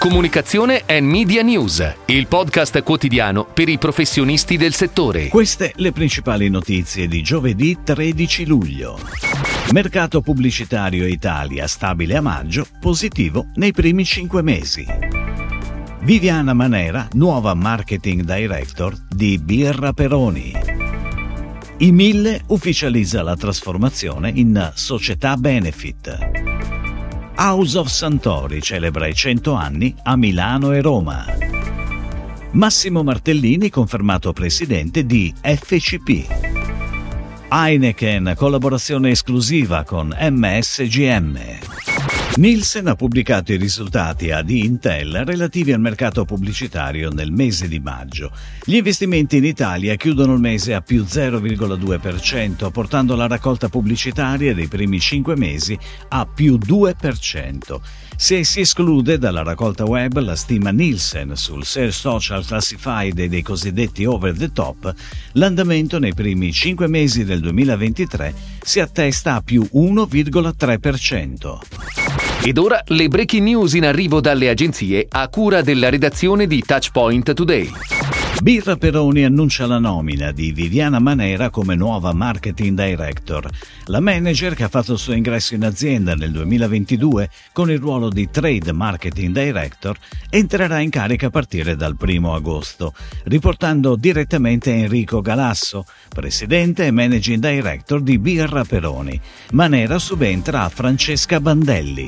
Comunicazione and Media News, il podcast quotidiano per i professionisti del settore. Queste le principali notizie di giovedì 13 luglio. Mercato pubblicitario Italia stabile a maggio, positivo nei primi 5 mesi. Viviana Manera, nuova marketing director di Birra Peroni. I 1000 ufficializza la trasformazione in società benefit. House of Santori celebra i 100 anni a Milano e Roma. Massimo Martellini confermato presidente di FCP. Heineken collaborazione esclusiva con MSGM. Nielsen ha pubblicato i risultati ad Intel relativi al mercato pubblicitario nel mese di maggio. Gli investimenti in Italia chiudono il mese a più 0,2%, portando la raccolta pubblicitaria dei primi 5 mesi a più 2%. Se si esclude dalla raccolta web la stima Nielsen sul Search Social Classified e dei cosiddetti over the top, l'andamento nei primi 5 mesi del 2023 si attesta a più 1,3%. Ed ora le breaking news in arrivo dalle agenzie a cura della redazione di Touchpoint Today. Birra Peroni annuncia la nomina di Viviana Manera come nuova marketing director. La manager, che ha fatto il suo ingresso in azienda nel 2022 con il ruolo di trade marketing director, entrerà in carica a partire dal 1 agosto, riportando direttamente Enrico Galasso, presidente e managing director di Birra Peroni. Manera subentra a Francesca Bandelli.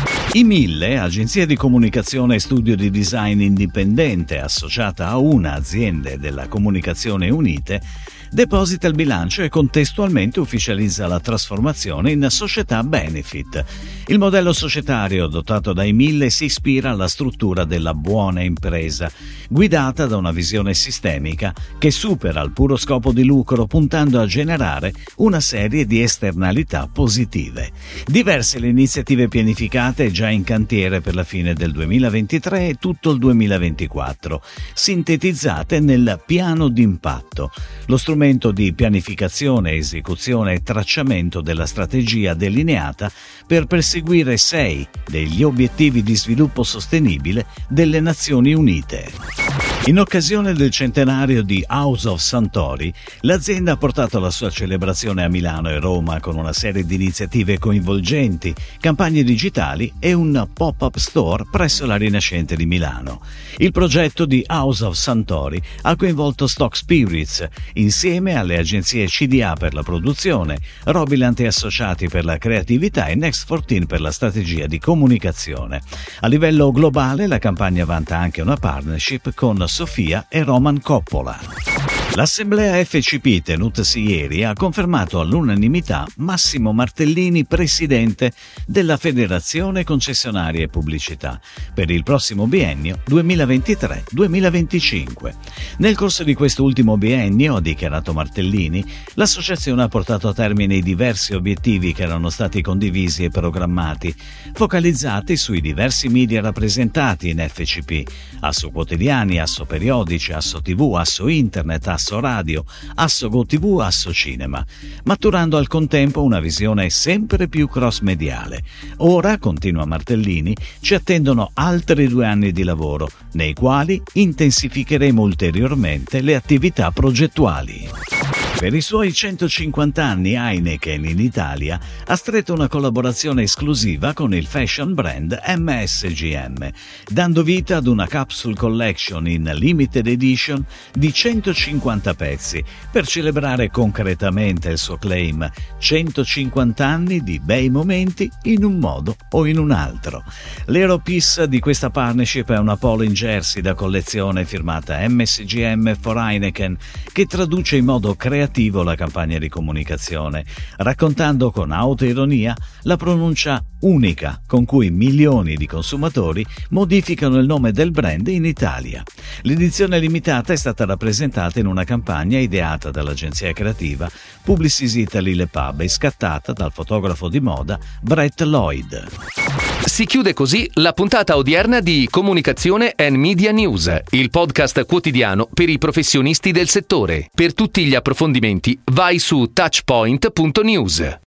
I 1000, agenzia di comunicazione e studio di design indipendente associata a una aziende della Comunicazione Unite, deposita il bilancio e contestualmente ufficializza la trasformazione in società benefit. Il modello societario adottato dai 1000 si ispira alla struttura della buona impresa, guidata da una visione sistemica che supera il puro scopo di lucro, puntando a generare una serie di esternalità positive. Diverse le iniziative pianificate già in cantiere per la fine del 2023 e tutto il 2024, sintetizzate nel piano d'impatto, lo strumento di pianificazione, esecuzione e tracciamento della strategia delineata per perseguire 6 degli obiettivi di sviluppo sostenibile delle Nazioni Unite. In occasione del centenario di House of Santori, l'azienda ha portato la sua celebrazione a Milano e Roma con una serie di iniziative coinvolgenti, campagne digitali e un pop-up store presso la Rinascente di Milano. Il progetto di House of Santori ha coinvolto Stock Spirits, insieme alle agenzie CDA per la produzione, Robilant e Associati per la creatività e Next 14 per la strategia di comunicazione. A livello globale la campagna vanta anche una partnership con Sofia e Roman Coppola. L'assemblea FCP tenutasi ieri ha confermato all'unanimità Massimo Martellini presidente della Federazione Concessionarie e Pubblicità per il prossimo biennio 2023-2025. Nel corso di quest'ultimo biennio, ha dichiarato Martellini, l'associazione ha portato a termine i diversi obiettivi che erano stati condivisi e programmati, focalizzati sui diversi media rappresentati in FCP, Asso Quotidiani, Asso Periodici, Asso TV, Asso Internet, Asso Radio, Asso GoTV, Asso Cinema, maturando al contempo una visione sempre più cross-mediale. Ora, continua Martellini, ci attendono altri 2 anni di lavoro, nei quali intensificheremo ulteriormente le attività progettuali. Per i suoi 150 anni Heineken in Italia ha stretto una collaborazione esclusiva con il fashion brand MSGM, dando vita ad una capsule collection in limited edition di 150 pezzi per celebrare concretamente il suo claim 150 anni di bei momenti in un modo o in un altro. L'hero piece di questa partnership è una polo in jersey da collezione firmata MSGM for Heineken, che traduce in modo creativo la campagna di comunicazione, raccontando con autoironia la pronuncia unica con cui milioni di consumatori modificano il nome del brand in Italia. L'edizione limitata è stata rappresentata in una campagna ideata dall'agenzia creativa Publicis Italy Le Pub e scattata dal fotografo di moda Brett Lloyd. Si chiude così la puntata odierna di Comunicazione and Media News, il podcast quotidiano per i professionisti del settore. Per tutti gli approfondimenti vai su touchpoint.news.